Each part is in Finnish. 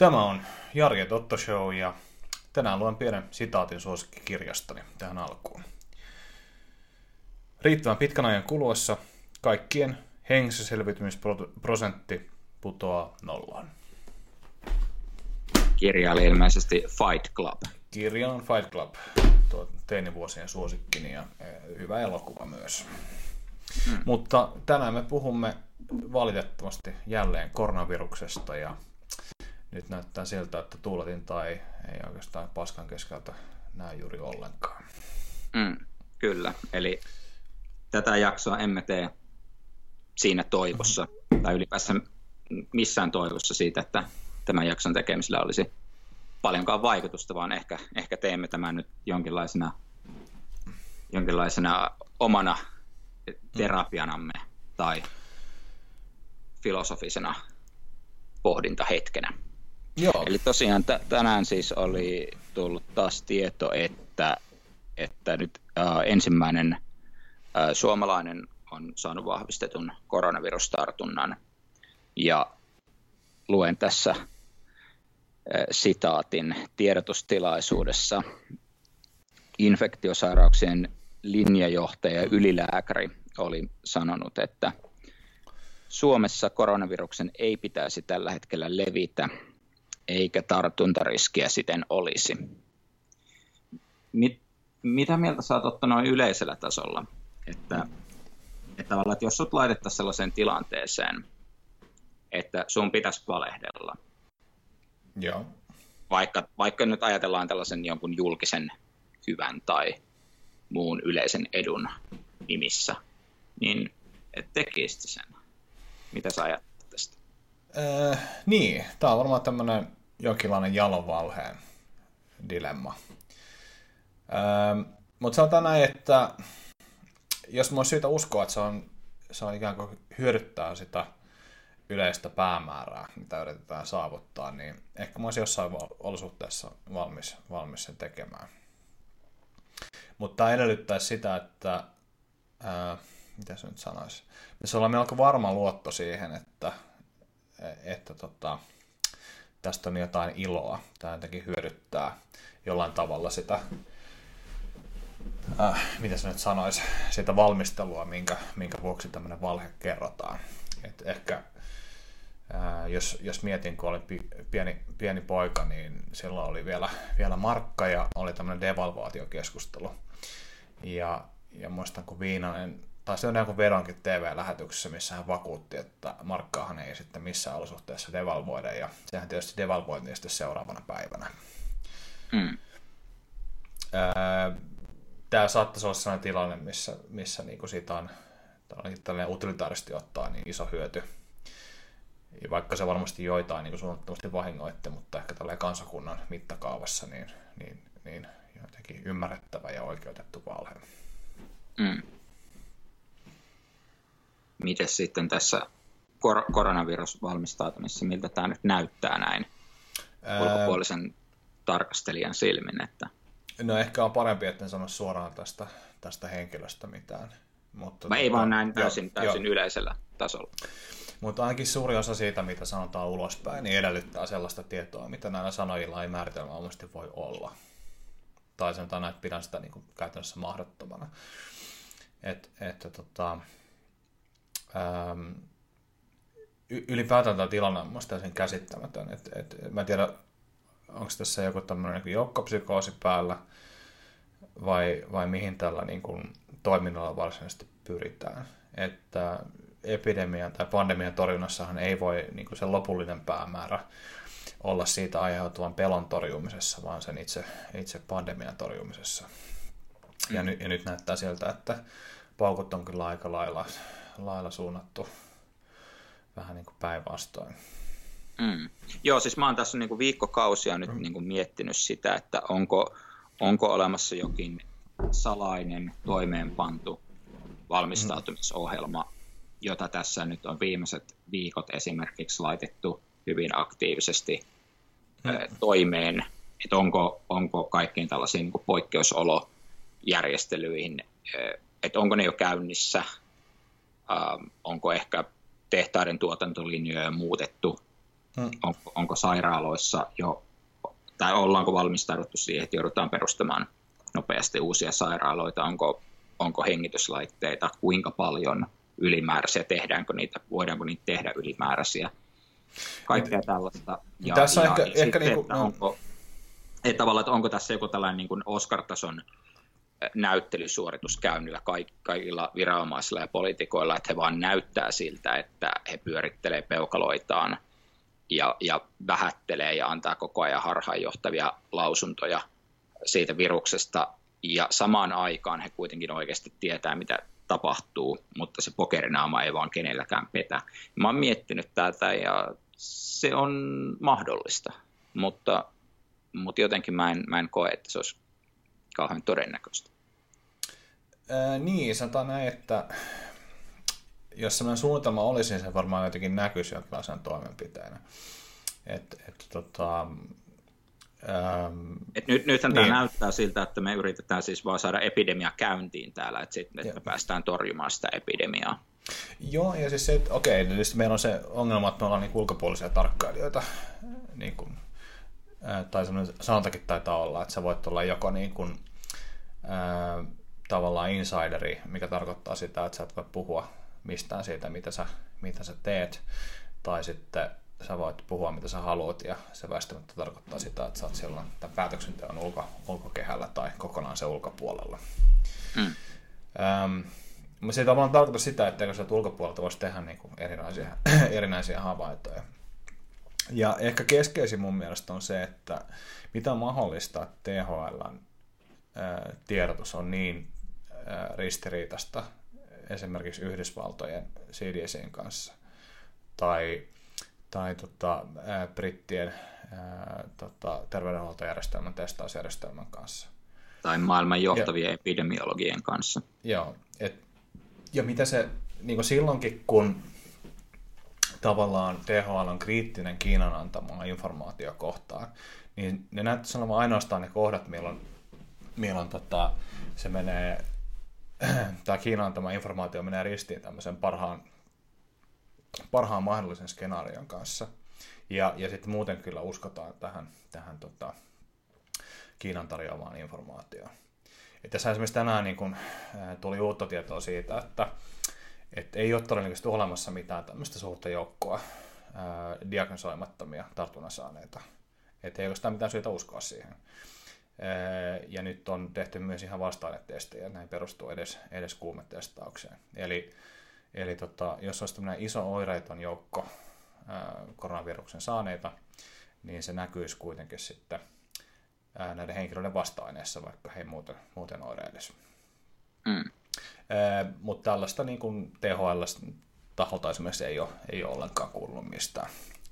Tämä on Jari ja Totta Show ja tänään luen pienen sitaatin suosikkikirjastani tähän alkuun. Riittävän pitkän ajan kuluessa kaikkien hengissä selviytymisprosentti putoaa nollaan. Kirja oli ilmeisesti Fight Club. Kirja on Fight Club, tuo teinivuosien suosikkini ja hyvä elokuva myös. Mutta tänään me puhumme valitettavasti jälleen koronaviruksesta ja nyt näyttää siltä, että tuuletinta ei oikeastaan paskan keskeltä näe juuri ollenkaan. Kyllä, eli tätä jaksoa emme tee siinä toivossa, tai ylipäänsä missään toivossa siitä, että tämän jakson tekemisellä olisi paljonkaan vaikutusta, vaan ehkä teemme tämän nyt jonkinlaisena omana terapianamme tai filosofisena pohdintahetkenä. Joo. Eli tosiaan tänään siis oli tullut taas tieto, että nyt ensimmäinen suomalainen on saanut vahvistetun koronavirustartunnan. Ja luen tässä sitaatin tiedotustilaisuudessa. Infektiosairauksien linjajohtaja ja ylilääkäri oli sanonut, että Suomessa koronaviruksen ei pitäisi tällä hetkellä levitä, eikä tartuntariskiä siten olisi. Mitä mieltä sä oot ottanut yleisellä tasolla? Että jos sut laitettaisiin sellaiseen tilanteeseen, että sun pitäisi valehdella, Joo. vaikka nyt ajatellaan tällaisen jonkun julkisen hyvän tai muun yleisen edun nimissä, niin et tekisit sen. Mitä sä ajattelet tästä? Niin, tämä on varmaan tämmöinen jonkinlainen jalonvalheen dilemma. Mutta sanotaan näin, että jos mä oon syytä uskoa, että se on ikään kuin hyödyttää sitä yleistä päämäärää, mitä yritetään saavuttaa, niin ehkä mä olisin jossain olosuhteessa valmis sen tekemään. Mutta tämä edellyttäisi sitä, että mitä se nyt sanoisi? Se on melko varma luotto siihen, että tästä on jotain iloa. Tämä jotenkin hyödyttää jollain tavalla sitä, mitä se nyt sanoisi, sitä valmistelua, minkä vuoksi tämmöinen valhe kerrotaan. Et ehkä jos mietin, kun olin pieni poika, niin silloin oli vielä markka ja oli tämmöinen devalvaatiokeskustelu. Ja muistan, kun Viinanen, tai se on joku vedonkin TV-lähetyksessä, missä hän vakuutti, että markkaahan ei sitten missään olosuhteessa devalvoida, ja sehän tietysti devalvoitiin sitten seuraavana päivänä. Tämä saattaisi olla sellainen tilanne, missä niinku siitä on tällainen utilitaarisesti ottaa niin iso hyöty. Ja vaikka se varmasti joitain niin suunnattomasti vahingoitti, mutta ehkä tällä kansakunnan mittakaavassa niin jotenkin ymmärrettävä ja oikeutettu valhe. Miten sitten tässä koronavirusvalmistautumisessa, miltä tämä nyt näyttää näin ulkopuolisen tarkastelijan silmin? Että... No ehkä on parempi, että en sano suoraan tästä henkilöstä mitään. Mutta ei vaan näin täysin yleisellä tasolla. Mutta ainakin suuri osa siitä, mitä sanotaan ulospäin, niin edellyttää sellaista tietoa, mitä näillä sanojilla ei määritelmällisesti voi olla. Tai sanotaan, että pidän sitä niin kuin käytännössä mahdottomana. Ylipäätään tämä tilanne on minusta täysin käsittämätön. Mä en tiedä, onko tässä joku tämmöinen niin joukkopsykoosi päällä vai mihin tällä niin kuin toiminnalla varsinaisesti pyritään. Että epidemian tai pandemian torjunnassahan ei voi niin kuin sen lopullinen päämäärä olla siitä aiheutuvan pelon torjumisessa, vaan sen itse pandemian torjumisessa. Ja nyt näyttää siltä, että paukut on kyllä aika lailla suunnattu vähän niin kuin päinvastoin. Joo, siis mä oon tässä niin kuin viikkokausia nyt niin kuin miettinyt sitä, että onko olemassa jokin salainen toimeenpantu valmistautumisohjelma, jota tässä nyt on viimeiset viikot esimerkiksi laitettu hyvin aktiivisesti toimeen, että onko kaikkiin tällaisiin niin kuin poikkeusolojärjestelyihin, että onko ne jo käynnissä, onko ehkä tehtaiden tuotantolinjoja muutettu Onko sairaaloissa jo, tai ollaanko valmistauduttu siihen, että joudutaan perustamaan nopeasti uusia sairaaloita, onko hengityslaitteita, kuinka paljon ylimääräisiä, voidaanko niitä tehdä ylimääräisiä, kaikkea tällaista. Ja tässä ehkä onko tässä joku tällainen niin kuin Oscar-tason näyttelysuoritus käynnillä kaikilla viranomaisilla ja poliitikoilla, että he vaan näyttää siltä, että he pyörittelee peukaloitaan ja vähättelee ja antaa koko ajan harhaanjohtavia lausuntoja siitä viruksesta, ja samaan aikaan he kuitenkin oikeasti tietää, mitä tapahtuu, mutta se pokerinaama ei vaan kenelläkään petä. Mä oon miettinyt tätä, ja se on mahdollista, mutta jotenkin mä en koe, että se olisi kauhean todennäköistä. Niin, sanotaan näin, että jos sellainen suunnitelma olisi, niin se varmaan jotenkin näkyisi jonkinlaisen toimenpiteenä. Nythän tämä näyttää siltä, että me yritetään siis vaan saada epidemia käyntiin täällä, että me päästään torjumaan sitä epidemiaa. Joo, ja siis se, että okei, meillä on se ongelma, että me ollaan niin ulkopuolisia tarkkailijoita, niin kuin, tai sellainen sanontakin taitaa olla, että sä voit olla joko niin kuin, tavallaan insideri, mikä tarkoittaa sitä, että sä et voi puhua mistään siitä, mitä sä teet, tai sitten sä voit puhua, mitä sä haluat, ja se väistämättä tarkoittaa sitä, että sä oot silloin tämän päätöksenteon ulkokehällä tai kokonaan se ulkopuolella. Mutta se ei tavallaan tarkoita sitä, etteikö sä ulkopuolelta voisi tehdä niin kuin erinäisiä havaintoja. Ja ehkä keskeisin mun mielestä on se, että mitä on mahdollista, että THL:n tiedotus on niin ristiriitasta esimerkiksi Yhdysvaltojen CDC:n kanssa tai brittien terveydenhuoltojärjestelmän testausjärjestelmän kanssa. Tai maailman johtavien epidemiologien kanssa. Joo, ja mitä se, niin kuin silloinkin kun tavallaan THL on kriittinen Kiinan antamaa informaatio kohtaan, niin ne näyttäisi olevan ainoastaan ne kohdat, milloin se menee, tämä Kiinan antama informaatio menee ristiin tämmöisen parhaan mahdollisen skenaarion kanssa. Ja sitten muuten kyllä uskotaan tähän Kiinan tarjoamaan informaatioon. Tässä esimerkiksi tänään niin kun, tuli uutta tietoa siitä, että ei ole todennäköisesti olemassa mitään tämmöistä suurta joukkoa diagnosoimattomia tartunnan saaneita. Ei oikeastaan mitään syytä uskoa siihen. Ja nyt on tehty myös ihan vasta-ainetestejä, näin perustuu edes kuumetestaukseen. Eli jos olisi tämmöinen iso oireiton joukko koronaviruksen saaneita, niin se näkyisi kuitenkin sitten näiden henkilöiden vasta-aineessa, vaikka he muuten oireilisi. Mutta tällaista niin kuin THL-taholta esimerkiksi ei ole ollenkaan kuulunut mistään.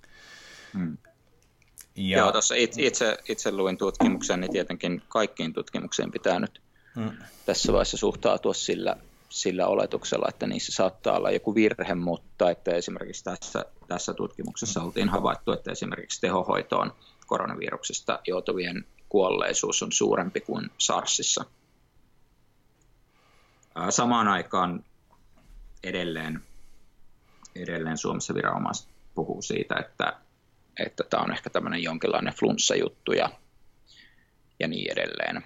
Joo, tuossa itse luin tutkimuksen, niin tietenkin kaikkiin tutkimuksiin pitää nyt tässä vaiheessa suhtautua sillä oletuksella, että niissä saattaa olla joku virhe, mutta että esimerkiksi tässä tutkimuksessa oltiin havaittu, että esimerkiksi tehohoitoon koronaviruksesta joutuvien kuolleisuus on suurempi kuin SARSissa. Samaan aikaan edelleen Suomessa viranomaiset puhuu siitä, että tämä on ehkä tämmöinen jonkinlainen flunssajuttu ja niin edelleen.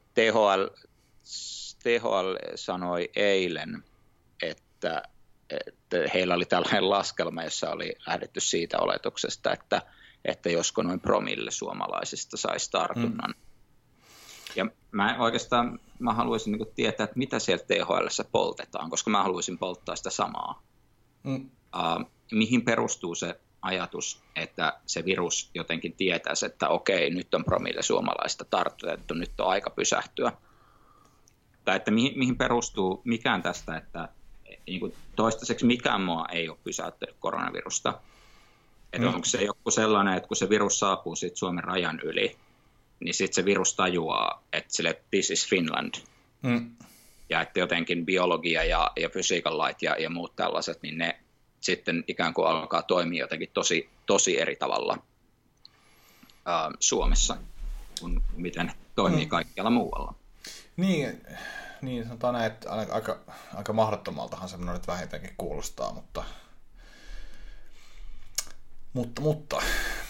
THL sanoi eilen, että heillä oli tällainen laskelma, jossa oli lähdetty siitä oletuksesta, että josko noin promille suomalaisista saisi tartunnan. Ja mä haluaisin niin kuin tietää, että mitä siellä THL:ssä poltetaan, koska mä haluaisin polttaa sitä samaa. Mihin perustuu se ajatus, että se virus jotenkin tietäisi, että okei, nyt on promille suomalaista tartutettu, nyt on aika pysähtyä. Tai että mihin perustuu mikään tästä, että niin kuin toistaiseksi mikään maa ei ole pysäyttänyt koronavirusta. Että onko se joku sellainen, että kun se virus saapuu siitä Suomen rajan yli, niin sitten se virus tajuaa, että sille this is Finland. Ja että jotenkin biologia ja physical light ja muut tällaiset, niin ne sitten ikään kuin alkaa toimia jotenkin tosi eri tavalla Suomessa, kuin miten toimii kaikkialla muualla. Niin sanotaan näin, että aika mahdottomaltahan se nyt vähintäänkin kuulostaa, mutta Mutta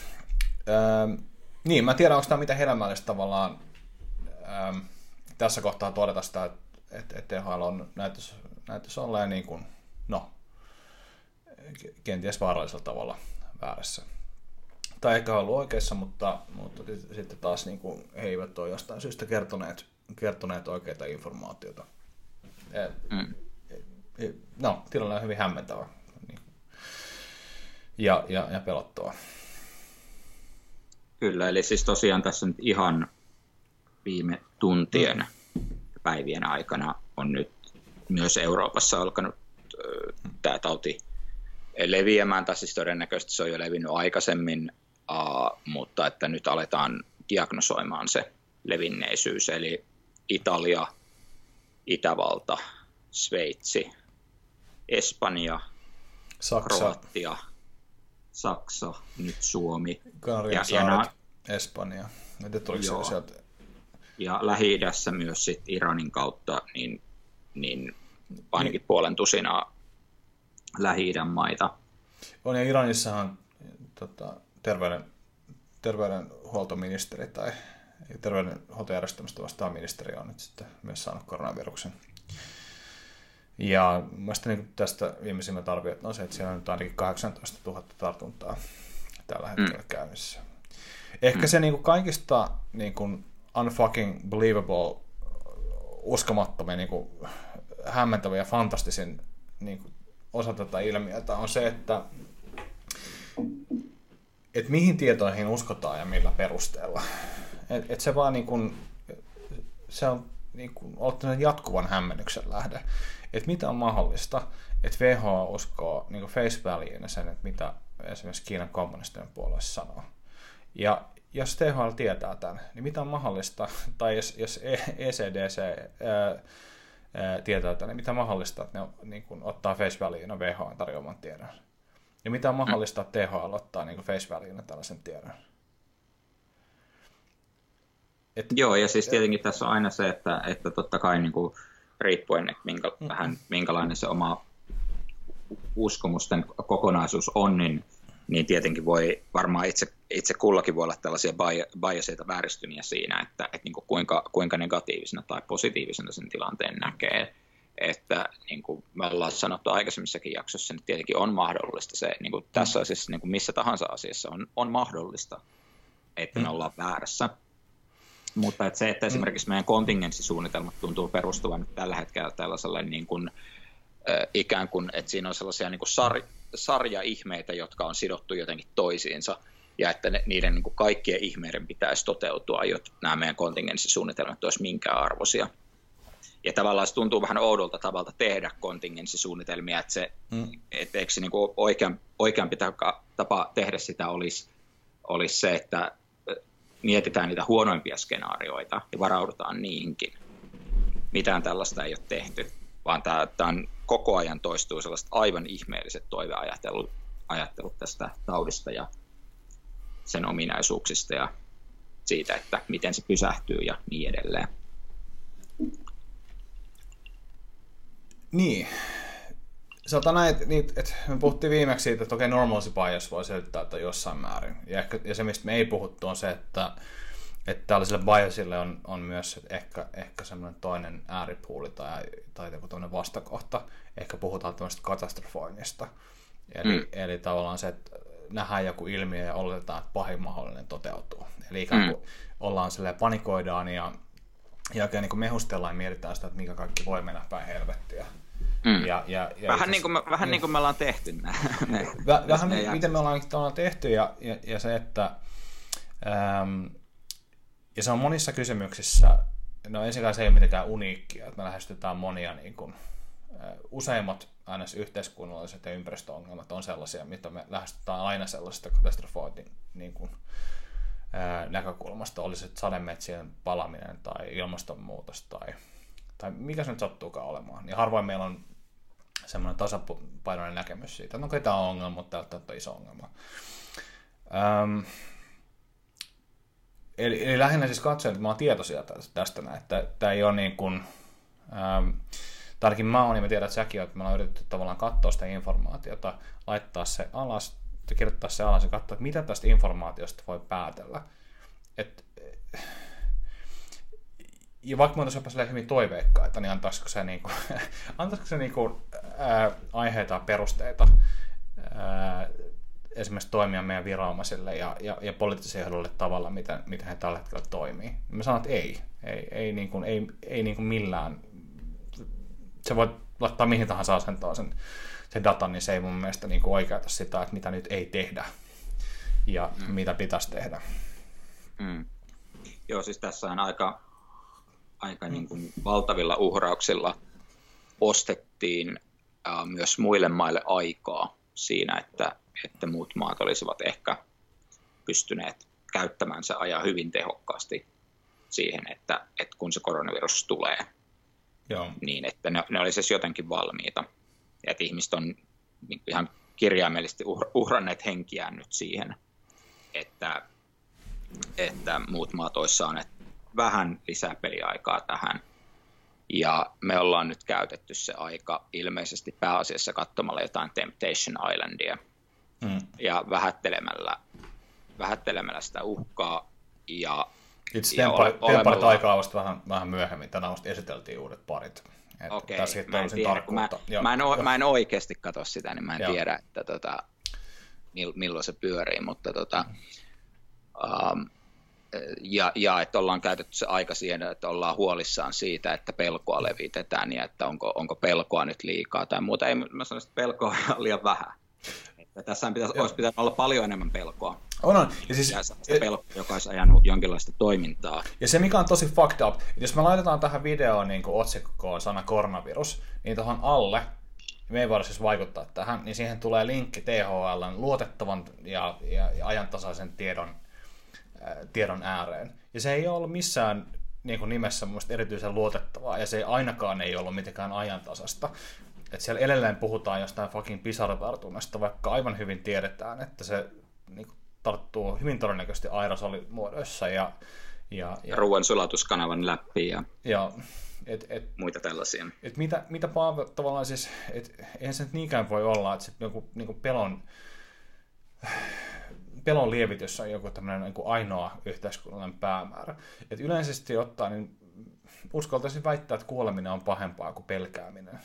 niin, mä en tiedä, onko tämä mitä hedelmällistä tavallaan tässä kohtaa todeta sitä, että THL on näyttäisi olleen niin kuin, no, kenties vaarallisella tavalla väärässä. Tai ehkä ollut oikeassa, mutta sitten taas niin kuin, he eivät ole jostain syystä kertoneet oikeita informaatiota. No, tilanne on hyvin hämmentävä ja pelottava. Kyllä, eli siis tosiaan tässä nyt ihan viime tuntien päivien aikana on nyt myös Euroopassa alkanut tämä tauti leviämään, tai siis todennäköisesti se on jo levinnyt aikaisemmin, mutta että nyt aletaan diagnosoimaan se levinneisyys, eli Italia, Itävalta, Sveitsi, Espanja, Kroatia, Saksa, nyt Suomi. Kanarian saaret, Espanja. Ja Lähi-idässä myös sit Iranin kautta niin ainakin puolen tusinaa Lähi-idän maita. On, ja Iranissahan terveydenhuoltoministeri tai terveydenhuoltojärjestelmästä vastaava ministeri on nyt sitten myös saanut koronaviruksen. Ja mielestäni niin tästä viimeisimmät arviot on se, että siellä on nyt ainakin 18 000 tartuntaa tällä hetkellä käynnissä. Ehkä se niin kuin kaikista niin kuin unfucking believable, uskomattomia, niin kuin hämmentävä ja fantastisin niin kuin osa tätä ilmiötä on se, että mihin tietoihin uskotaan ja millä perusteella. Et se vaan niin kuin, se on niin kuin ollut jatkuvan hämmennyksen lähde. Että mitä on mahdollista, että WHO uskoo niin kuin face valuena sen, että mitä esimerkiksi Kiinan kommunistinen puolue sanoo. Ja jos THL tietää tämän, niin mitä on mahdollista, tai jos ECDC tietää tämän, niin mitä on mahdollista, että ne niin kuin ottaa face valuena WHO:n tarjoaman tiedon. Ja mitä on mahdollista, että THL ottaa niin kuin face valuena tällaisen tiedon. Joo, ja siis tietenkin tässä on aina se, että totta kai niin kuin riippuen, että minkälainen se oma uskomusten kokonaisuus on, niin tietenkin voi varmaan itse kullakin voi olla tällaisia biaseita, vääristymiä siinä, että niin kuin kuinka negatiivisena tai positiivisena sen tilanteen näkee. Että niin kuin me ollaan sanottu aikaisemmissakin jaksossa, niin tietenkin on mahdollista se, niin kuin tässä asiassa, niin kuin missä tahansa asiassa on mahdollista, että me ollaan väärässä. Mutta että se, että esimerkiksi meidän kontingenssisuunnitelmat tuntuu perustuvan nyt tällä hetkellä tällaiselle niin kuin, ikään kuin, että siinä on sellaisia niin kuin sarjaihmeitä, jotka on sidottu jotenkin toisiinsa, ja että niiden niin kuin kaikkien ihmeiden pitäisi toteutua, jotta nämä meidän kontingenssisuunnitelmat olisi minkään arvoisia. Ja tavallaan se tuntuu vähän oudolta tavalta tehdä kontingenssisuunnitelmia, että se, että eikö se niin kuin oikeampi tapa tehdä sitä olisi se, että mietitään niitä huonoimpia skenaarioita ja varaudutaan niihinkin. Mitään tällaista ei ole tehty, vaan tämä koko ajan toistuu sellaiset aivan ihmeelliset toiveajattelut tästä taudista ja sen ominaisuuksista ja siitä, että miten se pysähtyy ja niin edelleen. Niin. Sanotaan näin, että me puhuttiin viimeksi siitä, että okei, normalcy bias voi selittää että jossain määrin. Ja se, mistä me ei puhuttu, on se, että tällaiselle biasille on myös ehkä semmoinen toinen ääripuuli tai joku toinen vastakohta. Ehkä puhutaan tämmöistä katastrofoinnista. Eli tavallaan se, että nähdään joku ilmiö ja oletetaan, että pahin mahdollinen toteutuu. Eli ikään kuin ollaan silleen, panikoidaan ja oikein niin kuin mehustellaan ja mietitään sitä, että mikä kaikki voi mennä päin helvettiä. Vähän niin kuin me ollaan tehty vähän miten me ollaan tehty ja se, että ja se on monissa kysymyksissä, no ensinnäkin se ei ole mitenkään uniikkia, että me lähestytään monia niin kuin, useimmat aina yhteiskunnalliset ja ympäristöongelmat on sellaisia, mitä me lähestytään aina sellaisesta katastrofoitin niin kuin, näkökulmasta, olisi sademetsien palaminen tai ilmastonmuutos tai mikä se nyt sattuukaan olemaan, niin harvoin meillä on semmoinen tasapainoinen näkemys siitä, että no okei, tämä on ongelma, mutta tämä on iso ongelma. Eli lähinnä siis katsoin, että mä oon tietoisia tästä näin, että tämä ei ole niin kuin, tai ainakin mä oon, niin mä tiedän, että säkin oot, että me ollaan yritetty tavallaan katsoa sitä informaatiota, laittaa se alas, kirjoittaa se alas ja katsoa, että mitä tästä informaatiosta voi päätellä. Ja vaikka me oltaisiin jopa hyvin toiveikkaita, niin antaisiko se aiheita ja perusteita esimerkiksi toimia meidän viranomaisille ja poliittisille johdolle tavalla, mitä he tällä hetkellä toimii. Mä sanon, että ei niin kuin millään. Se voi laittaa mihin tahansa asentoon sen datan, niin se ei mun mielestä niin kuin oikeata sitä, että mitä nyt ei tehdä ja mitä pitäisi tehdä. Joo, siis tässä on aika niin kuin valtavilla uhrauksilla ostettiin myös muille maille aikaa siinä, että muut maat olisivat ehkä pystyneet käyttämään se ajan hyvin tehokkaasti siihen, että kun se koronavirus tulee, Joo. niin että ne olisivat jotenkin valmiita. Ja että ihmiset on niin ihan kirjaimellisesti uhranneet henkiään nyt siihen, että muut maat olisivat saaneet vähän lisää peliaikaa tähän. Ja me ollaan nyt käytetty se aika ilmeisesti pääasiassa katsomalla jotain Temptation Islandia ja vähättelemällä sitä uhkaa. Itse temparit aikaa vasta vähän myöhemmin. Tänään vasta esiteltiin uudet parit. Okei, mä en oikeasti katso sitä, niin mä en tiedä, että milloin se pyörii, mutta ja että ollaan käytetty se aika siihen, että ollaan huolissaan siitä, että pelkoa levitetään ja että onko pelkoa nyt liikaa tai muuta. Ei, mä sanoisin, että pelkoa on liian vähän. Että tässä olisi pitänyt olla paljon enemmän pelkoa. On. Ja siis, pelkoa, joka olisi ajanut jonkinlaista toimintaa. Ja se, mikä on tosi fucked up, että jos me laitetaan tähän videoon niin otsikkoon sana koronavirus, niin tuohon alle, me ei voida siis vaikuttaa tähän, niin siihen tulee linkki THL:n luotettavan ja ajantasaisen tiedon ääreen. Ja se ei ole ollut missään niin kuin nimessä mun mielestä erityisen luotettavaa, ja se ainakaan ei ollut mitenkään ajantasasta. Että siellä edelleen puhutaan jostain fucking pisaratartunnasta, vaikka aivan hyvin tiedetään, että se niin kuin tarttuu hyvin todennäköisesti aerosolimuodoissa ja ruoansulatuskanavan läpi ja muita tällaisia. Mitä tavallaan siis, eihän se nyt niinkään voi olla, että se joku niin kuin pelon lievitys on joku tämmöinen niin kuin ainoa yhteiskunnallinen päämäärä. Et yleisesti ottaen niin uskaltaisin väittää, että kuoleminen on pahempaa kuin pelkääminen.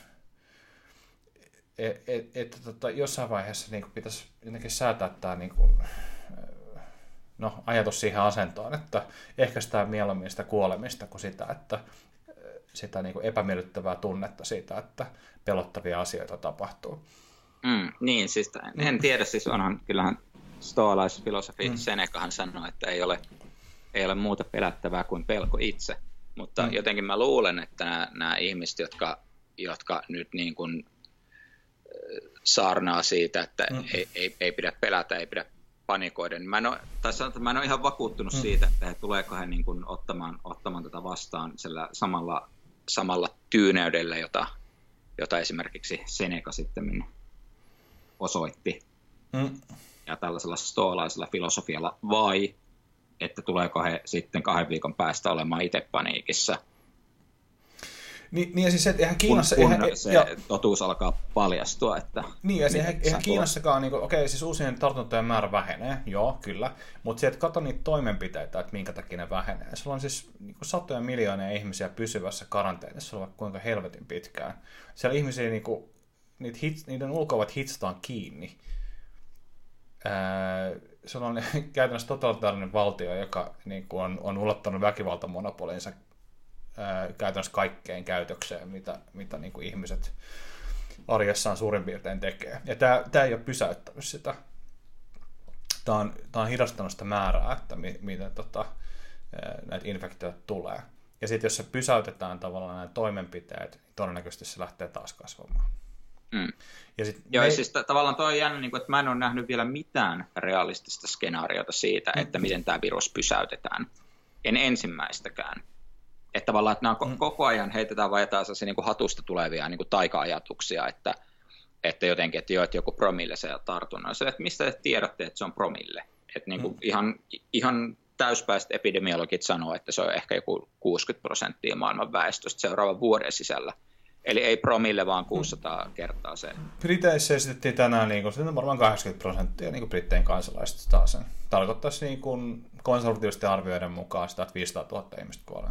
Jossain vaiheessa niin kuin pitäisi jotenkin säätää tämä niin kuin, ajatus siihen asentoon, että ehkäistään mieluummin sitä kuolemista kuin sitä niin kuin epämiellyttävää tunnetta siitä, että pelottavia asioita tapahtuu. Niin, siis en tiedä, siis kyllähän stoalaisfilosofi Senecahan sanoi, että ei ole muuta pelättävää kuin pelko itse, mutta jotenkin mä luulen, että nämä ihmiset, jotka nyt niin kuin saarnaa siitä, että ei pidä pelätä, ei pidä panikoida, niin mä en ole ihan vakuuttunut siitä, että tuleeko he niin kuin ottamaan tätä vastaan sillä samalla tyyneydellä, jota esimerkiksi Seneca sitten osoitti. Ja tällaisella stoalaisella filosofialla, vai että tuleeko he sitten 2 viikon päästä olemaan itse paniikissa. Niin ja siis eihän Kiinassa... Kun totuus alkaa paljastua, että... Niin ja eihän Kiinassakaan, siis uusien tartuntojen määrä vähenee, joo, kyllä, mutta se, että katso niitä toimenpiteitä, että minkä takia ne vähenee. Sulla on siis satoja miljoonia ihmisiä pysyvässä karanteenissa, vaikka kuinka helvetin pitkään. Siellä ihmisiä, niiden ulkoavat hitsataan kiinni. Se on käytännössä totalitaarinen valtio, joka niin kuin on ulottanut väkivaltamonopolinsa käytännössä kaikkeen käytökseen, mitä niin kuin ihmiset arjessaan suurin piirtein tekee. Ja tämä ei ole pysäyttänyt sitä. Tämä on hidastanut sitä määrää, että miten näitä infektioita tulee. Ja sitten jos se pysäytetään tavallaan nämä toimenpiteet, niin todennäköisesti se lähtee taas kasvamaan. Siis tavallaan toi on jännä, että mä en ole nähnyt vielä mitään realistista skenaariota siitä, että miten tämä virus pysäytetään. En ensimmäistäkään. Että tavallaan, että nämä koko ajan heitetään vaan jotain niin kuin hatusta tulevia niin kuin taika-ajatuksia, että jotenkin, että joku promille se tartunnan. Että mistä te tiedätte, että se on promille? Että niin kuin ihan täyspäiset epidemiologit sanoo, että se on ehkä joku 60% maailman väestöstä seuraavan vuoden sisällä. Eli ei promille, vaan 600 kertaa se. Briteissä esitettiin tänään, niin se on varmaan 80% niin Brittein kansalaisista taas sen. Tarkoittaisi niin kuin konservatiivisesti arvioiden mukaan sitä, että 500 000 ihmistä kuolee.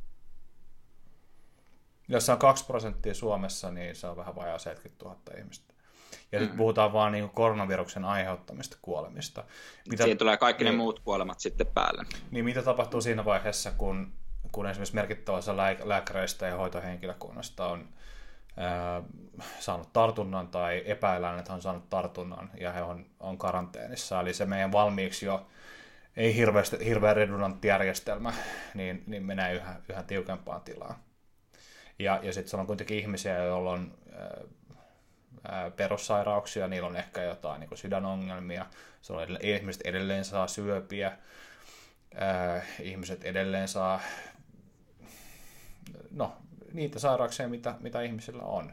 Jos se on 2% Suomessa, niin se on vähän vajaa 70 000 ihmistä. Ja sitten puhutaan vaan niin kuin koronaviruksen aiheuttamista kuolemista. Siihen tulee kaikki ne muut kuolemat sitten päälle. Niin mitä tapahtuu siinä vaiheessa, kun esimerkiksi merkittävä osa lääkäreistä ja hoitohenkilökunnasta on saanut tartunnan tai epäillään, että on saanut tartunnan ja he on karanteenissa. Eli se meidän valmiiksi jo ei hirveän redundantti järjestelmä, niin menee yhä tiukempaan tilaan. Ja sitten on kuitenkin ihmisiä, joilla on perussairauksia, niillä on ehkä jotain niin kuin sydänongelmia, ihmiset edelleen saa syöpiä, ihmiset edelleen saa niitä sairauksia, mitä ihmisillä on.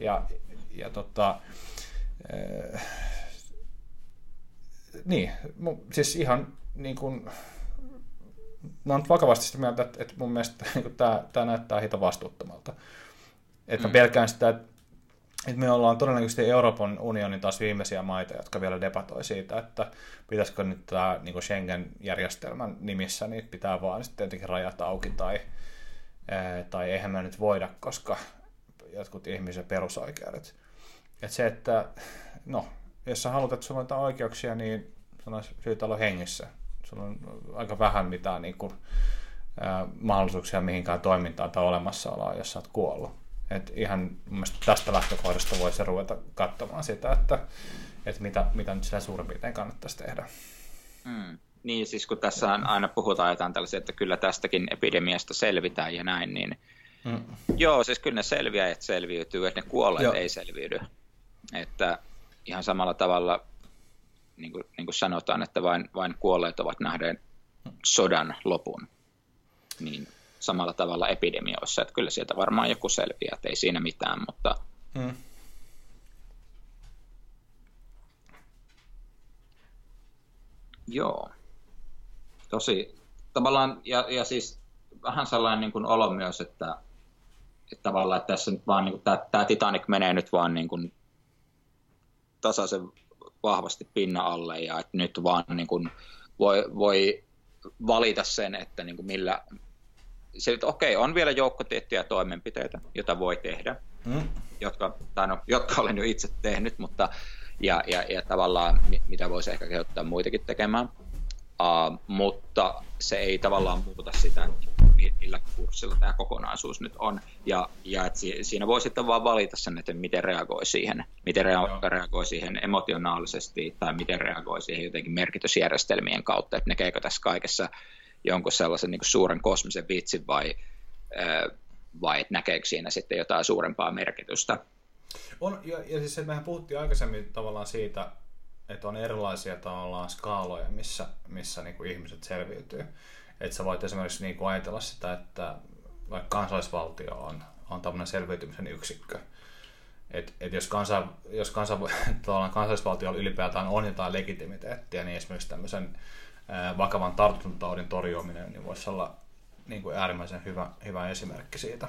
Siis ihan niin kuin, mä oon vakavasti sitä mieltä, että mun mielestä niin tämä näyttää hito vastuuttomalta. Että mä pelkään sitä, että me ollaan todennäköisesti Euroopan unionin taas viimeisiä maita, jotka vielä debatoi siitä, että pitäisikö nyt tämä niin Schengen-järjestelmän nimissä, niin pitää vaan sitten jotenkin rajat auki, tai eihän me nyt voida, koska jotkut ihmisen perusoikeudet. Että se, että jos sä haluat, että sulla on jotain oikeuksia, niin sun on syytä olla hengissä. Sulla on aika vähän mitään niin kuin, mahdollisuuksia mihinkään toimintaan tai olemassaoloa, jos sä oot kuollut. Et ihan mun mielestä tästä lähtökohdasta voisi ruveta katsomaan sitä, että mitä nyt sitä suurin piirtein kannattaisi tehdä. Niin, siis kun tässä aina puhutaan jotain tällaisia, että kyllä tästäkin epidemiasta selvitään ja näin, niin joo, siis kyllä ne selviäjät selviytyy, että ne kuolleet ei selviydy. Että ihan samalla tavalla, niin kuin sanotaan, että vain kuolleet ovat nähneet sodan lopun, niin samalla tavalla epidemioissa, että kyllä sieltä varmaan joku selviää, että ei siinä mitään, mutta joo, tosi tavallaan, ja siis vähän sellainen niin kuin olo myös, että tavallaan, että tässä nyt vaan niin kuin, tämä Titanic menee nyt vaan niin kuin tasaisen vahvasti pinnan alle, ja että nyt vaan niin kuin voi valita sen, että niin kuin millä on vielä joukko tiettyjä toimenpiteitä, joita voi tehdä, jotka olen jo itse tehnyt, mutta ja tavallaan mitä voisi ehkä kehottaa muitakin tekemään, mutta se ei tavallaan muuta sitä, millä kurssilla tämä kokonaisuus nyt on, ja että siinä voi sitten vaan valita sen, että miten reagoi siihen emotionaalisesti tai miten reagoi siihen jotenkin merkitysjärjestelmien kautta, että näkeekö tässä kaikessa jonkun sellaisen niin kuin suuren kosmisen vitsin vai että näkeekö siinä sitten jotain suurempaa merkitystä. Ja siis mehän puhuttiin aikaisemmin tavallaan siitä, että on erilaisia tavallaan skaaloja, missä niin kuin ihmiset selviytyy. Että sä voit esimerkiksi niin kuin ajatella sitä, että vaikka kansallisvaltio on tämmöinen selviytymisen yksikkö. Että jos kansallisvaltiolla ylipäätään on jotain legitimiteettiä, niin esimerkiksi tämmöisen vakavan tartuntataudin torjuminen niin voisi olla niin kuin äärimmäisen hyvä esimerkki siitä.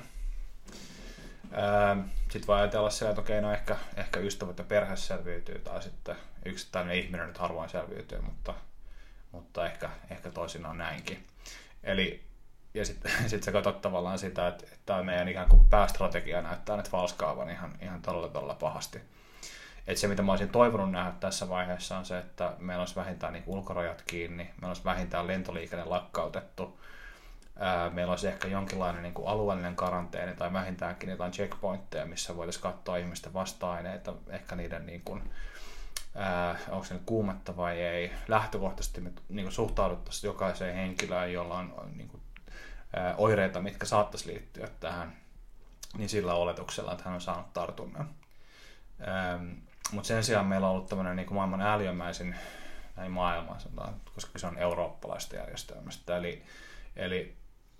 Sitten voi ajatella se, että okei, ehkä ystävät ja perhe selviytyy, tai sitten yksittäinen ihminen nyt harvoin selviytyy, mutta ehkä toisinaan näinkin. Ja sitten sä katsot tavallaan sitä, että tämä meidän ikään kuin päästrategia näyttää nyt falskaavan ihan todella pahasti. Et se, mitä mä olisin toivonut nähdä tässä vaiheessa, on se, että meillä olisi vähintään niin ulkorajat kiinni, meillä olisi vähintään lentoliikenne lakkautettu, meillä olisi ehkä jonkinlainen niin kuin alueellinen karanteeni tai vähintäänkin jotain checkpointteja, missä voitaisiin katsoa ihmisten vasta-aineita, ehkä niiden, niin kuin, onko se nyt kuumetta vai ei. Lähtökohtaisesti me niin kuin suhtauduttaisiin jokaiseen henkilöön, jolla on niin kuin, oireita, mitkä saattaisi liittyä tähän, niin sillä oletuksella, että hän on saanut tartunnan. Mutta sen sijaan meillä on ollut tämmöinen niin kuin maailman ääliömäisin näin maailmaan, sanotaan, koska se on eurooppalaista järjestelmästä. Eli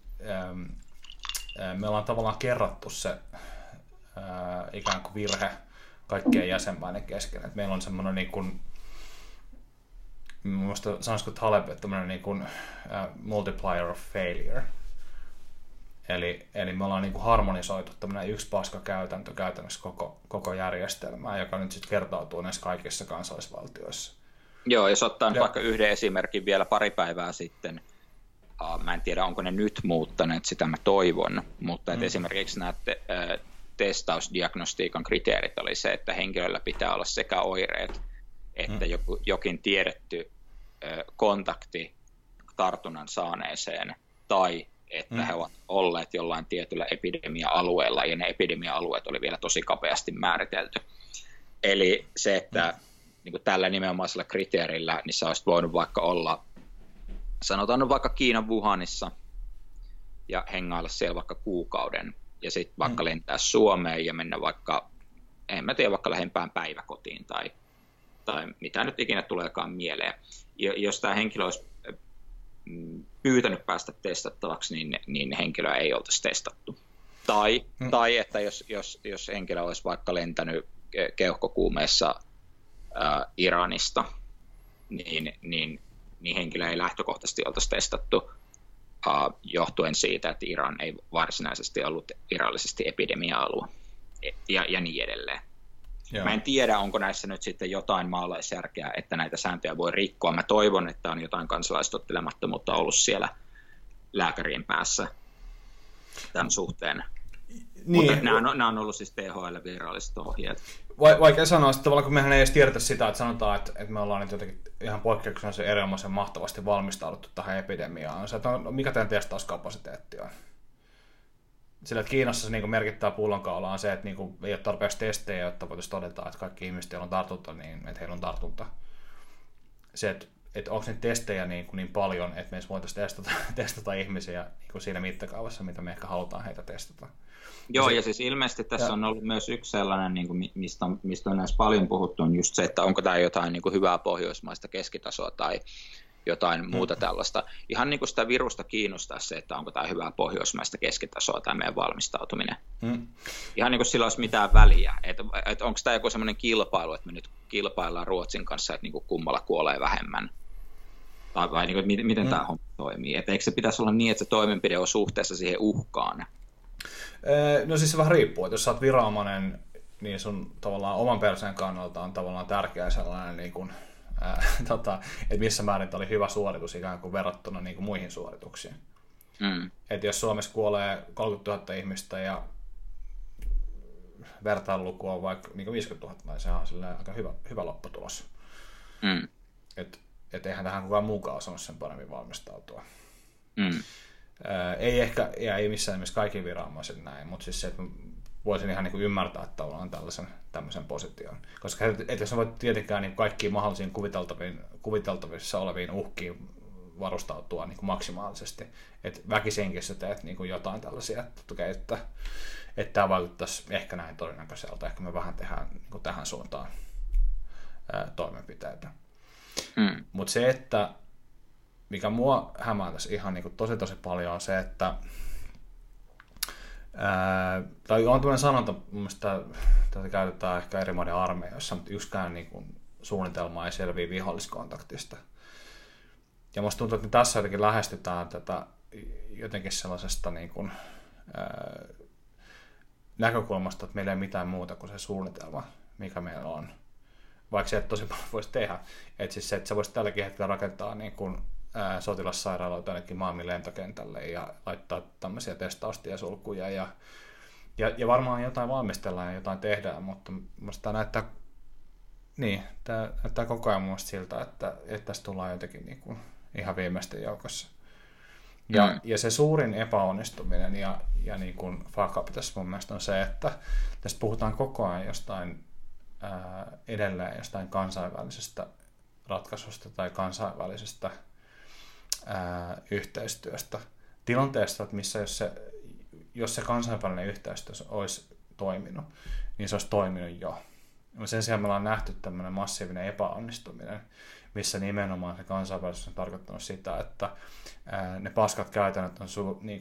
me ollaan tavallaan kerrattu se ikään kuin virhe kaikkien jäsenmaiden kesken. Et meillä on semmoinen, niin kuin, sanoisiko Taleb, tämmöinen niin kuin multiplier of failure. Eli me ollaan niin kuin harmonisoitu tämmöinen yksi paskakäytäntö käytännössä koko järjestelmää, joka nyt sitten kertautuu näissä kaikissa kansallisvaltioissa. Joo, jos ottaa vaikka yhden esimerkin vielä pari päivää sitten, mä en tiedä onko ne nyt muuttaneet, sitä mä toivon, mutta esimerkiksi nämä testausdiagnostiikan kriteerit oli se, että henkilöllä pitää olla sekä oireet että jokin tiedetty kontakti tartunnan saaneeseen tai että he ovat olleet jollain tietyllä epidemia-alueella ja ne epidemia-alueet oli vielä tosi kapeasti määritelty. Eli se, että niin kuin tällä nimenomaisella kriteerillä, niin sä olisit voinut vaikka olla, sanotaan nyt vaikka Kiinan Wuhanissa ja hengailla siellä vaikka kuukauden ja sitten vaikka lentää Suomeen ja mennä vaikka, en mä tiedä, vaikka lähempään päiväkotiin tai mitä nyt ikinä tuleekaan mieleen. Jos tämä henkilö olisi pyytänyt päästä testattavaksi, niin henkilöä ei oltaisi testattu. Tai että jos henkilö olisi vaikka lentänyt keuhkokuumeessa Iranista, niin henkilö ei lähtökohtaisesti oltaisi testattu johtuen siitä, että Iran ei varsinaisesti ollut virallisesti epidemia-alue ja niin edelleen. Joo. Mä en tiedä, onko näissä nyt sitten jotain maalaisjärkeä, että näitä sääntöjä voi rikkoa. Mä toivon, että on jotain kansalaistottelemattomuutta ollut siellä lääkärien päässä tämän suhteen. Niin. Mutta nämä on ollut siis THL-viralliset ohjeet. Vaikea sanoa, että tavallaan kun mehän ei edes tiedetä sitä, että sanotaan, että me ollaan nyt jotenkin ihan poikkeuksellisen erinomaisen mahtavasti valmistauduttu tähän epidemiaan. Se, että mikä teidän testauskapasiteetti on? Sillä, että Kiinassa se niin merkittävä pullonkaula on se, että niin ei ole tarpeeksi testejä, jotta voitaisiin todeta, että kaikki ihmiset, joilla on tartunta, niin että heillä on tartunta. Se, että onko niitä testejä niin paljon, että me voitaisiin testata ihmisiä niin siinä mittakaavassa, mitä me ehkä halutaan heitä testata. Joo, ja siis ilmeisesti tässä on ollut myös yksi sellainen, niin kuin mistä on näissä paljon puhuttu, on just se, että onko tämä jotain niin kuin hyvää pohjoismaista keskitasoa tai jotain muuta tällaista. Ihan niin kuin sitä virusta kiinnostaa se, että onko tämä hyvää pohjoismaista keskitasoa tai meidän valmistautuminen. Ihan niin kuin sillä olisi mitään väliä. Että onko tämä joku sellainen kilpailu, että me nyt kilpaillaan Ruotsin kanssa, että niin kuin kummalla kuolee vähemmän. Vai niin kuin, miten tämä homma toimii. Että eikö se pitäisi olla niin, että se toimenpide on suhteessa siihen uhkaan? No siis se vähän riippuu, että jos sä oot viranomainen, niin sun tavallaan oman perseen kannalta on tavallaan tärkeä sellainen, niin kuin, että missä määrin oli hyvä suoritus ikään kuin verrattuna niin kuin muihin suorituksiin. Että jos Suomessa kuolee 30 000 ihmistä ja vertailuluku on vaikka niin 50 000, niin se on aika hyvä lopputulos. Että eihän tähän kukaan muukaan osannut sen paremmin valmistautua. Ei ehkä, ja ei missään nimessä kaikki viranomaiset näin, mutta siis se, että voisin ihan niin ymmärtää, että ollaan tämmöisen position. Koska et jos voit tietenkään niin kaikkiin mahdollisiin kuviteltavissa oleviin uhkiin varustautua niin maksimaalisesti. Että väkisinkin sä teet niin jotain tällaisia, että tämä vaikuttaisi ehkä näin todennäköiseltä. Ehkä me vähän tehdään niin tähän suuntaan toimenpiteitä. Mutta se, että mikä mua hämää ihan niin kuin tosi paljon on se, että tai on tämmöinen sanonta, mun mielestä tätä käytetään ehkä eri maiden armeijoissa, mutta yksikään niin kuin suunnitelma ei selviä viholliskontaktista. Ja musta tuntuu, että tässä jotenkin lähestytään tätä jotenkin sellaisesta niin kuin, näkökulmasta, että meillä ei mitään muuta kuin se suunnitelma, mikä meillä on. Vaikka se tosi paljon voisi tehdä. Että siis se, että sä voisit tälläkin hetkellä rakentaa niin kuin sotilassairaaloita ainakin Malmin lentokentälle ja laittaa tämmöisiä testaustiesulkuja ja varmaan jotain valmistellaan ja jotain tehdään, mutta minusta tämä näyttää koko ajan minusta siltä, että tässä tullaan jotenkin niin kuin ihan viimeisten joukossa. Ja se suurin epäonnistuminen ja niin kuin fuck up tässä mun mielestä on se, että tässä puhutaan koko ajan edelleen jostain kansainvälisestä ratkaisusta tai kansainvälisestä yhteistyöstä. Tilanteessa, että missä jos se kansainvälinen yhteistyö olisi toiminut, niin se olisi toiminut jo. Sen sijaan me ollaan nähty tämmöinen massiivinen epäonnistuminen, missä nimenomaan se kansainvälisyys on tarkoittanut sitä, että ne paskat käytännöt on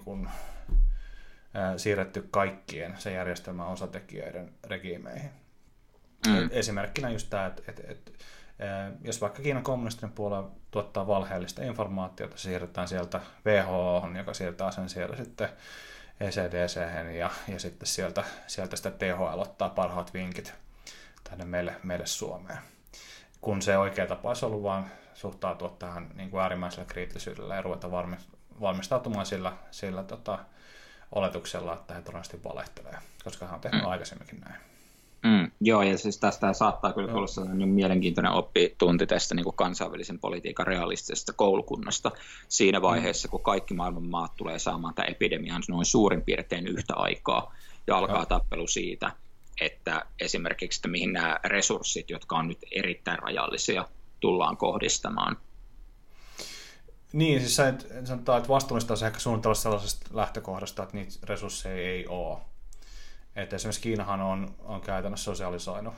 siirretty kaikkien sen järjestelmän osatekijöiden regiimeihin. Esimerkkinä just tämä, että jos vaikka Kiinan kommunistinen puolue tuottaa valheellista informaatiota, se siirretään sieltä WHO:hon, joka siirtää sen siellä sitten ECDC:hen ja sitten sieltä sitä THL ottaa parhaat vinkit tänne meille Suomeen. Kun se oikea tapa olisi ollut vaan suhtautua tähän niin kuin äärimmäisellä kriittisyydellä ja ruveta valmistautumaan sillä oletuksella, että he todennäköisesti valehtelee, koska hän on tehnyt aikaisemminkin näin. Joo, ja siis tästä saattaa kyllä olla sellainen mielenkiintoinen oppitunti tästä niin kuin kansainvälisen politiikan realistisesta koulukunnasta siinä vaiheessa, kun kaikki maailman maat tulee saamaan tämän epidemian noin suurin piirtein yhtä aikaa, ja alkaa tappelu siitä, että esimerkiksi että mihin nämä resurssit, jotka on nyt erittäin rajallisia, tullaan kohdistamaan. Niin, siis sanotaan, että vastuullista on ehkä suunnitella sellaisesta lähtökohdasta, että niitä resursseja ei ole. Että esimerkiksi Kiinahan on käytännössä sosialisoinut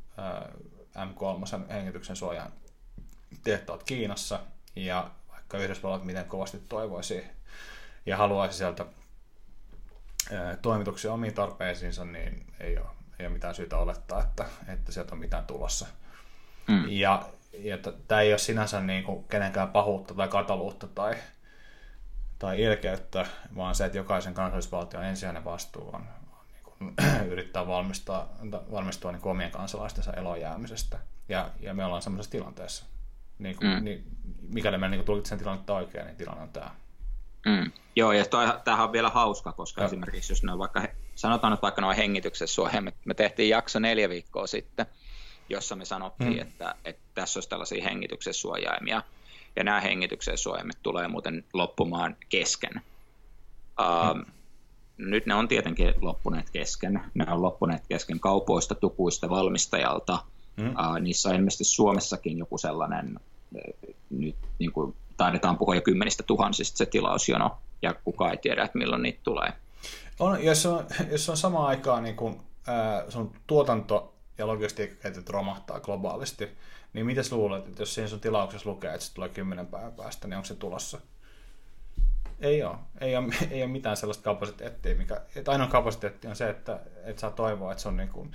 M3 hengityksen suojan tehtaat Kiinassa, ja vaikka Yhdysvallat miten kovasti toivoisi ja haluaisi sieltä toimituksia omiin tarpeisiinsa, niin ei ole mitään syytä olettaa, että sieltä on mitään tulossa. Ja tämä ei ole sinänsä niin kuin kenenkään pahuutta tai kataluutta tai ilkeyttä, vaan se, että jokaisen kansallisvaltion ensisijainen vastuu on yrittää valmistua niin omien kansalaistensa eloon jäämisestä. Ja me ollaan sellaisessa tilanteessa. Mikäli me niin tulkitsen tilannetta oikein, niin tilanne on tämä. Joo, ja tämähän on vielä hauska, koska esimerkiksi jos sanotaan nyt vaikka nuo hengityksessä suojaimet, me tehtiin jakso 4 viikkoa sitten, jossa me sanottiin, että tässä olisi tällaisia hengityksessä suojaimia, ja nämä hengityksessä suojaimet tulee muuten loppumaan kesken. Nyt ne on tietenkin loppuneet kesken. Ne on loppuneet kesken kaupoista, tukuista, valmistajalta. Niissä on ilmeisesti Suomessakin joku sellainen, nyt niin kuin taidetaan puhua jo 10 000 se tilausjono, ja kukaan ei tiedä, että milloin niitä tulee. Jos on samaan aikaan niin kun, sun tuotanto ja logistiikkaketjut romahtaa globaalisti, niin miten luulet, että jos siinä sun tilauksessa lukee, että se tulee 10 päivän päästä, niin onko se tulossa? Ei ole mitään sellaista kapasiteettia, että ainoa kapasiteetti on se, että saa toivoa, että se on niin kuin,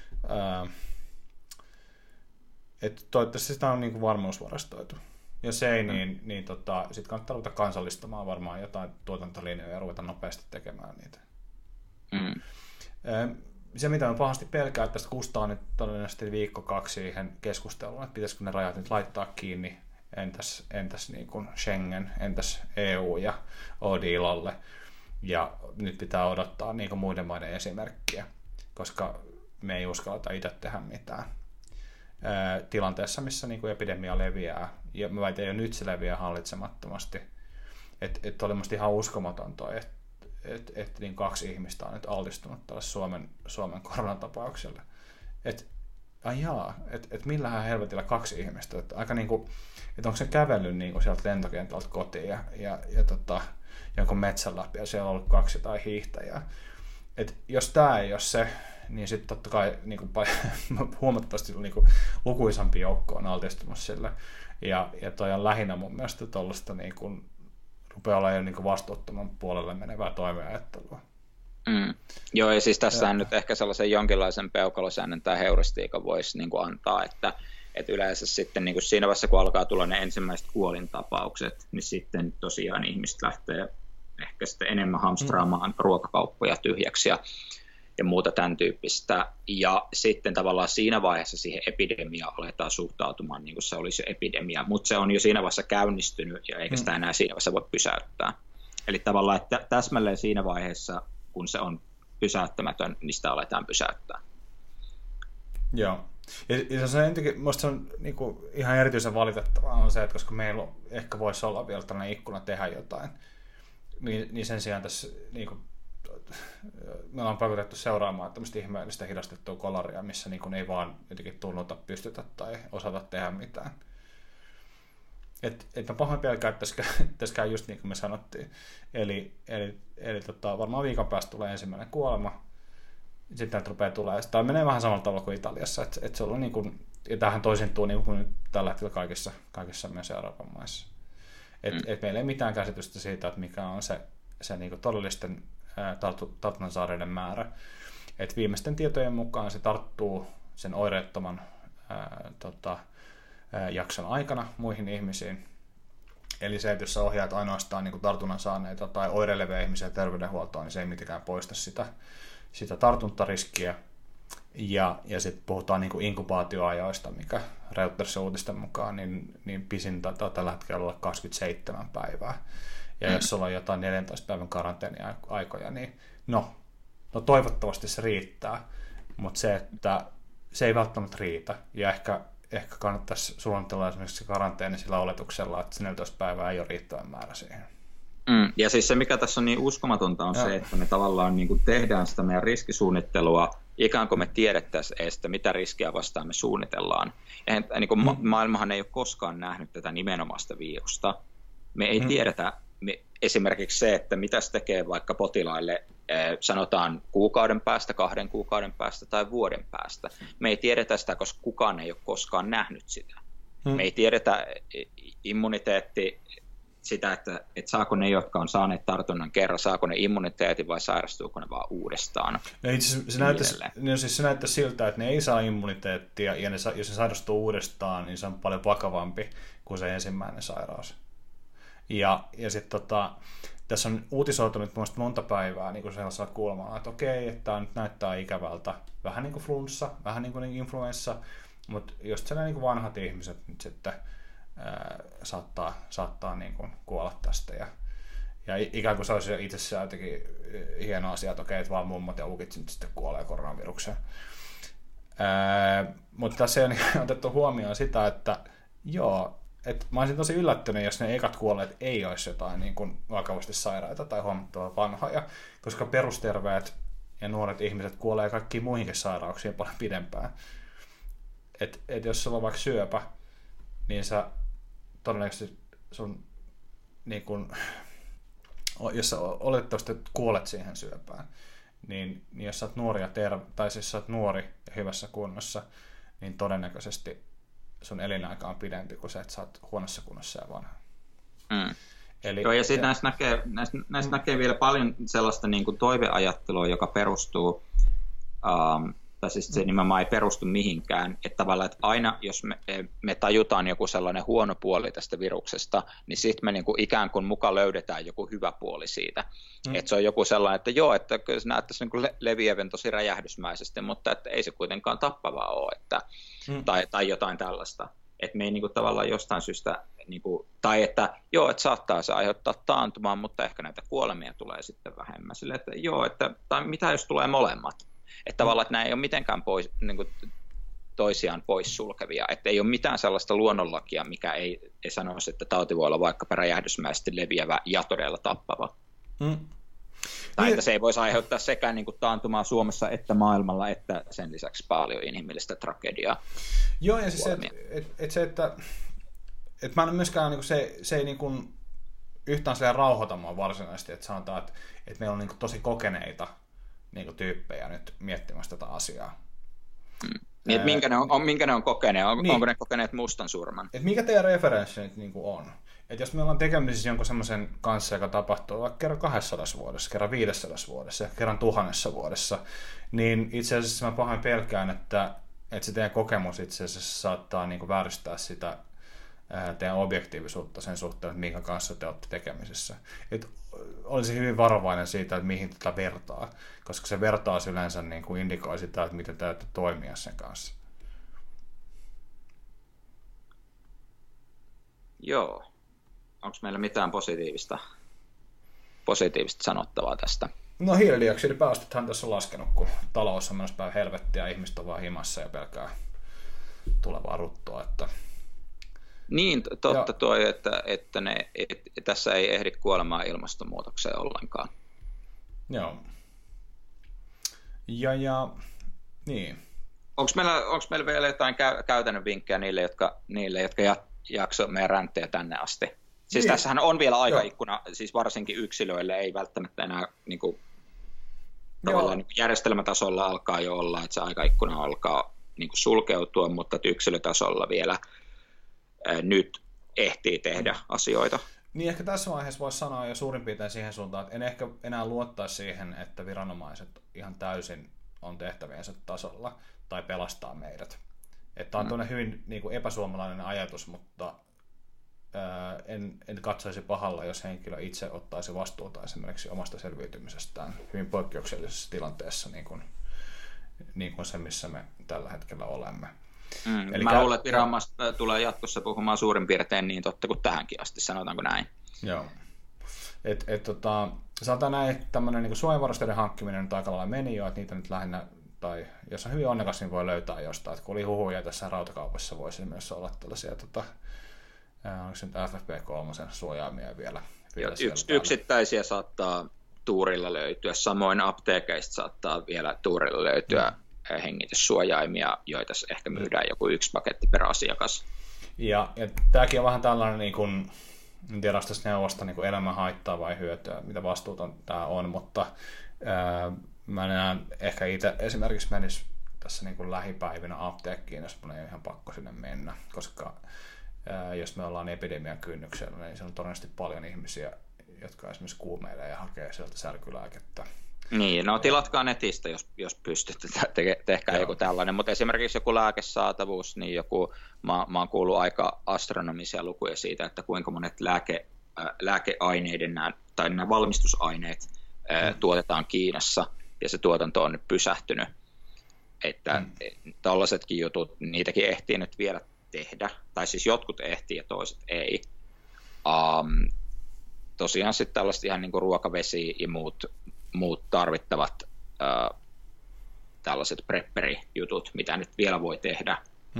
että toivottavasti sitä on niin kuin varmuusvarastoitu. Jos ei, niin sitten kannattaa ruveta kansallistamaan varmaan jotain tuotantolinjoja ja ruveta nopeasti tekemään niitä. Se, mitä on pahasti pelkää, että tästä kustaa nyt todennäköisesti 1-2 siihen keskusteluun, että pitäisikö ne rajat nyt laittaa kiinni. Entäs niin kuin Schengen, entäs EU ja ODILalle, ja nyt pitää odottaa niin kuin muiden maiden esimerkkiä, koska me ei uskalleta itse tehdä mitään. Tilanteessa, missä niin kuin epidemia leviää, ja mä väitän jo nyt se leviää hallitsemattomasti, että oli musta ihan uskomatonta, että niin 2 ihmistä on nyt altistunut tälle Suomen koronatapaukselle. Että millähän helvetillä 2 ihmistä, että aika niinku, että onko se kävellyt niinku sieltä lentokentältä kotiin ja jonkun metsän läpi ja siellä on ollut 2 tai hiihtäjää. Et jos tämä ei ole se, niin sitten totta kai niinku, huomattavasti niinku, lukuisampi joukko on altistunut sille. Ja toi on lähinnä mun mielestä tuollaista niinku, rupeaa olla jo niinku vastuuttoman puolelle menevää toiveajattelua. Joo, ja siis tässähän nyt ehkä sellaisen jonkinlaisen peukalosäännön tai heuristiikan voisi niin kuin antaa, että yleensä sitten niin kuin siinä vaiheessa, kun alkaa tulla ne ensimmäiset kuolintapaukset, niin sitten tosiaan ihmiset lähtee ehkä sitten enemmän hamstraamaan ruokakauppoja tyhjäksi ja muuta tämän tyyppistä. Ja sitten tavallaan siinä vaiheessa siihen epidemiaan aletaan suhtautumaan niin kuin se olisi epidemia, mutta se on jo siinä vaiheessa käynnistynyt ja eikä sitä enää siinä vaiheessa voi pysäyttää. Eli tavallaan että täsmälleen siinä vaiheessa, kun se on pysäyttämätön, niin sitä aletaan pysäyttää. Joo. Ja minusta se on niin kuin ihan erityisen valitettavaa on se, että koska meillä ehkä voisi olla vielä tällainen ikkuna tehdä jotain, niin sen sijaan tässä niin kuin, me ollaan pakotettu seuraamaan tämmöistä ihmeellistä hidastettua kolaria, missä niin kuin ei vaan jotenkin tunnuta pystytä tai osata tehdä mitään. Että pahoin pelkää, että tässä käy just niin kuin me sanottiin. Eli varmaan viikon päästä tulee ensimmäinen kuolema, sitten näitä rupeaa tulemaan. Tämä menee vähän samalla tavalla kuin Italiassa. Että se on niin kuin, ja tämähän toisintuu niin kuin nyt tällä hetkellä kaikissa myös Euroopan maissa. Et meillä ei mitään käsitystä siitä, että mikä on se niin kuin todellisten tartunnan saaneiden määrä. Et viimeisten tietojen mukaan se tarttuu sen oireettoman jakson aikana muihin ihmisiin. Eli se, että jos sä ohjaat ainoastaan niin kuin tartunnan saaneita tai oireilevia ihmisiä terveydenhuoltoon, niin se ei mitenkään poista sitä tartuntariskiä. Ja sitten puhutaan niin kuin inkubaatioajoista, mikä Reutersin uutisten mukaan, niin pisin taitaa tällä hetkellä olla 27 päivää. Ja jos sulla on jotain 14 päivän karanteeniaikoja, niin no toivottavasti se riittää. Mutta se ei välttämättä riitä. Ja ehkä kannattaisi suunnitella esimerkiksi karanteeni sillä oletuksella, että 14 päivää ei ole riittävän määrä siihen. Ja siis se, mikä tässä on niin uskomatonta, on se, että me tavallaan niin kuin tehdään sitä meidän riskisuunnittelua, ikään kuin me tiedettäisiin edes, mitä riskiä vastaan me suunnitellaan. Niin kuin maailmahan ei ole koskaan nähnyt tätä nimenomaista virusta. Me ei tiedetä esimerkiksi se, että mitä se tekee vaikka potilaille, sanotaan kuukauden päästä, 2 kuukauden päästä tai vuoden päästä. Me ei tiedetä sitä, koska kukaan ei ole koskaan nähnyt sitä. Me ei tiedetä immuniteetti, sitä, että saako ne, jotka on saaneet tartunnan kerran, saako ne immuniteetin vai sairastuuko ne vaan uudestaan. Se näyttää siltä, että ne ei saa immuniteettia, ja jos ne sairastuu uudestaan, niin se on paljon vakavampi kuin se ensimmäinen sairaus. Ja sitten tässä on uutisoitunut monta päivää niin kuin sellaisella kulmalla, että okei, että tämä nyt näyttää ikävältä, vähän niin kuin flunssa, vähän niin kuin influenssa, mutta just sellainen niin kuin vanhat ihmiset nyt sitten saattaa niin kuin kuolla tästä. Ja ikään kuin se olisi itsessään jotenkin hieno asia, että okei, että vaan mummot ja ukit sitten kuolee koronavirukseen. Mutta tässä ei ole otettu huomioon sitä, että joo, että mä olisin tosi yllättynyt, jos ne ekat kuolleet ei olisi jotain niin kuin vakavasti sairaita tai huomattavasti vanhoja, koska perusterveet ja nuoret ihmiset kuolee kaikkiin muihinkin sairauksiin paljon pidempään. Et jos sulla on vaikka syöpä, niin sä todennäköisesti sun, niin kun, jos sä oletettavasti kuolet siihen syöpään, niin jos sä oot nuori tai siis sä oot nuori ja hyvässä kunnossa, niin todennäköisesti sun elinaika on pidempi kuin se, että sä oot huonossa kunnossa ja vanha. Eli, joo, ja sitten näissä näkee vielä paljon sellaista niin kuin toiveajattelua, joka perustuu, tai siis se nimenomaan ei perustu mihinkään, että tavallaan, että aina jos me tajutaan joku sellainen huono puoli tästä viruksesta, niin sitten me niin kuin ikään kuin mukaan löydetään joku hyvä puoli siitä. Että se on joku sellainen, että joo, että kyllä se näyttäisi niin kuin leviävän tosi räjähdysmäisesti, mutta että ei se kuitenkaan tappavaa ole, tai jotain tällaista. Että me ei niin kuin tavallaan jostain syystä, niin kuin, tai että joo, että saattaa se aiheuttaa taantumaa, mutta ehkä näitä kuolemia tulee sitten vähemmän. Sille, että joo, tai mitä jos tulee molemmat? Että tavallaan, että nämä ei ole mitenkään niin kuin toisiaan poissulkevia. Että ei ole mitään sellaista luonnonlakia, mikä ei sanoisi, että tauti voi olla vaikkapa räjähdysmäisesti leviävä ja todella tappava. Tai että se ei voisi aiheuttaa sekä niin kuin taantumaa Suomessa että maailmalla, että sen lisäksi paljon inhimillistä tragediaa. Joo, ja siis että mä en myöskään, niin se ei niin kuin yhtään sellainen rauhoita mua varsinaisesti, että sanotaan, että meillä on niin kuin tosi kokeneita niin kuin tyyppejä nyt miettimässä tätä asiaa. Niin, minkä ne on kokeneet? Onko ne kokeneet mustan surman? Et mikä teidän referenssi nyt niin kuin on? Et jos me ollaan tekemisissä jonkun semmoisen kanssa, joka tapahtuu vaikka kerran 200 vuodessa, kerran 500 vuodessa ja kerran 1000 vuodessa, niin itse asiassa mä pahoin pelkään, että se teidän kokemus itse asiassa saattaa niin kuin vääristää sitä teidän objektiivisuutta sen suhteen, että minkä kanssa te olette tekemisissä. Et olisi hyvin varovainen siitä, että mihin tätä vertaa, koska se vertaus yleensä niin kuin indikoi sitä, että miten täytyy toimia sen kanssa. Joo. Onko meillä mitään positiivista sanottavaa tästä? No hiilidioksidipäästöthän tässä on laskenut, kun talous on menossa päin helvettiä ja ihmiset on vaan himassa ja pelkää tulevaa ruttoa. Että... Niin, totta toi, että tässä ei ehdi kuolemaan ilmastonmuutokseen ollenkaan. Joo. Niin. Onko meillä vielä jotain käytännön vinkkejä niille, jotka jakso meidän ränttejä tänne asti? Siis niin. Tässähän on vielä aikaikkuna, siis varsinkin yksilöille ei välttämättä enää niin kuin, tavallaan niin kuin järjestelmätasolla alkaa jo olla, että se aikaikkuna alkaa niin kuin sulkeutua, mutta yksilötasolla vielä nyt ehtii tehdä asioita. Niin ehkä tässä vaiheessa voisi sanoa jo suurin piirtein siihen suuntaan, että en ehkä enää luottaa siihen, että viranomaiset ihan täysin on tehtäviensä tasolla tai pelastaa meidät. Että on tuonne hyvin niin kuin epäsuomalainen ajatus, mutta en katsoisi pahalla, jos henkilö itse ottaisi vastuuta esimerkiksi omasta selviytymisestään hyvin poikkeuksellisessa tilanteessa, niin kuin se, missä me tällä hetkellä olemme. Mä luulen, että viranomaiset tulee jatkossa puhumaan suurin piirtein niin totta kuin tähänkin asti, sanotaanko näin. Joo. Sanotaan näin, että tämmöinen niin suojavarusteiden hankkiminen nyt aika lailla meni jo, että niitä nyt lähinnä, tai jos on hyvin onnekas, niin voi löytää jostain. Että kun oli huhuja tässä rautakaupassa, voisi myös olla tällaisia, onko se nyt FFP3 suojaamia vielä yksittäisiä saattaa tuurilla löytyä, samoin apteekeista saattaa vielä tuurilla löytyä hengityssuojaimia, joita ehkä myydään joku 1 paketti per asiakas. Ja tämäkin on vähän tällainen, niin kuin, en tiedä, onko tässä neuvosta niin elämän haittaa vai hyötyä, mitä vastuuta tämä on, mutta mä näen ehkä itse esimerkiksi menisi tässä niin kuin lähipäivinä apteekkiin, jos mun ei ole ihan pakko sinne mennä, koska jos me ollaan epidemian kynnyksellä, niin siellä on todennäköisesti paljon ihmisiä, jotka esimerkiksi kuumeilee ja hakee sieltä särkylääkettä. Niin, no tilatkaa netistä, jos pystytte, tehkää joku tällainen, mutta esimerkiksi joku lääkesaatavuus, niin mä oon kuullut aika astronomisia lukuja siitä, että kuinka monet lääkeaineiden tai nämä valmistusaineet tuotetaan Kiinassa, ja se tuotanto on nyt pysähtynyt, että tällaisetkin jutut, niitäkin ehtii nyt vielä tehdä, tai siis jotkut ehtii ja toiset ei. Tosiaan sitten tällaiset ihan niin kuin ruokavesi ja muut tarvittavat tällaiset prepperijutut, mitä nyt vielä voi tehdä,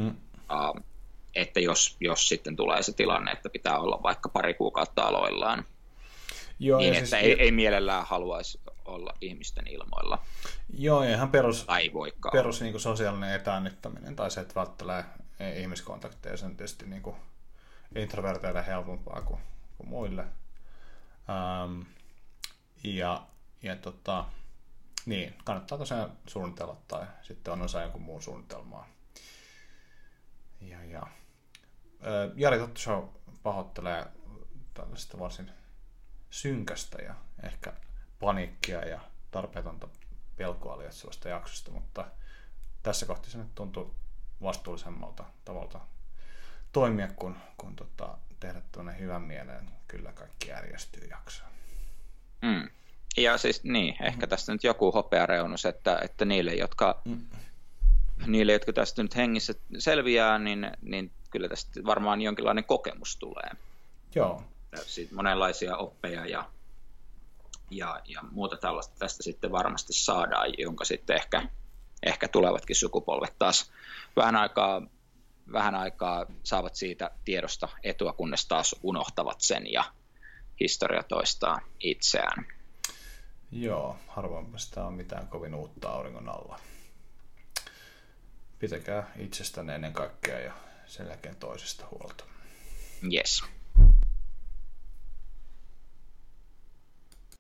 että jos sitten tulee se tilanne, että pitää olla vaikka pari kuukautta aloillaan, niin että siis ei mielellään haluaisi olla ihmisten ilmoilla. Joo, ja ihan perus niin kuin sosiaalinen etäännyttäminen tai se, että välttelee ihmiskontakteja, se on tietysti niin kuin introverteille helpompaa kuin muille. Niin, kannattaa tosiaan suunnitella tai sitten on osa jonkun muun suunnitelmaa. Jari Tottoshow pahoittelee tällaista varsin synkästä ja ehkä paniikkia ja tarpeetonta pelkoa lietsovasta jaksosta, mutta tässä kohti se nyt tuntuu vastuullisemmalta tavalta toimia, kun tehdä tuonne hyvän mieleen. Kyllä kaikki järjestyy jaksoon. Ja siis niin, ehkä tästä nyt joku hopeareunus, että niille, jotka tästä nyt hengissä selviää, niin kyllä tästä varmaan jonkinlainen kokemus tulee. Joo. Siitä monenlaisia oppeja ja muuta tällaista tästä sitten varmasti saadaan, jonka sitten ehkä tulevatkin sukupolvet taas vähän aikaa saavat siitä tiedosta etua, kunnes taas unohtavat sen ja historia toistaa itseään. Joo, harvoinpa sitä on mitään kovin uutta auringon alla. Pitäkää itsestänne ennen kaikkea ja sen jälkeen toisesta huolta. Yes.